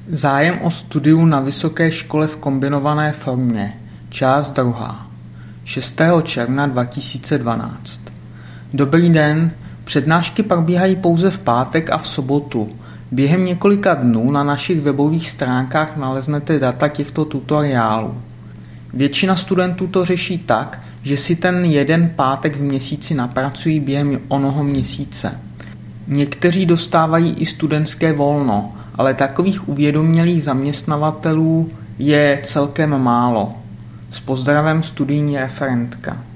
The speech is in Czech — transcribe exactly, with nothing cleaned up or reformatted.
Zájem o studium na vysoké škole v kombinované formě. Část druhá. šestého června dva tisíce dvanáct. Dobrý den, přednášky probíhají pouze v pátek a v sobotu. Během několika dnů na našich webových stránkách naleznete data těchto tutoriálů. Většina studentů to řeší tak, že si ten jeden pátek v měsíci napracují během onoho měsíce. Někteří dostávají i studentské volno, ale takových uvědomělých zaměstnavatelů je celkem málo. S pozdravem studijní referentka.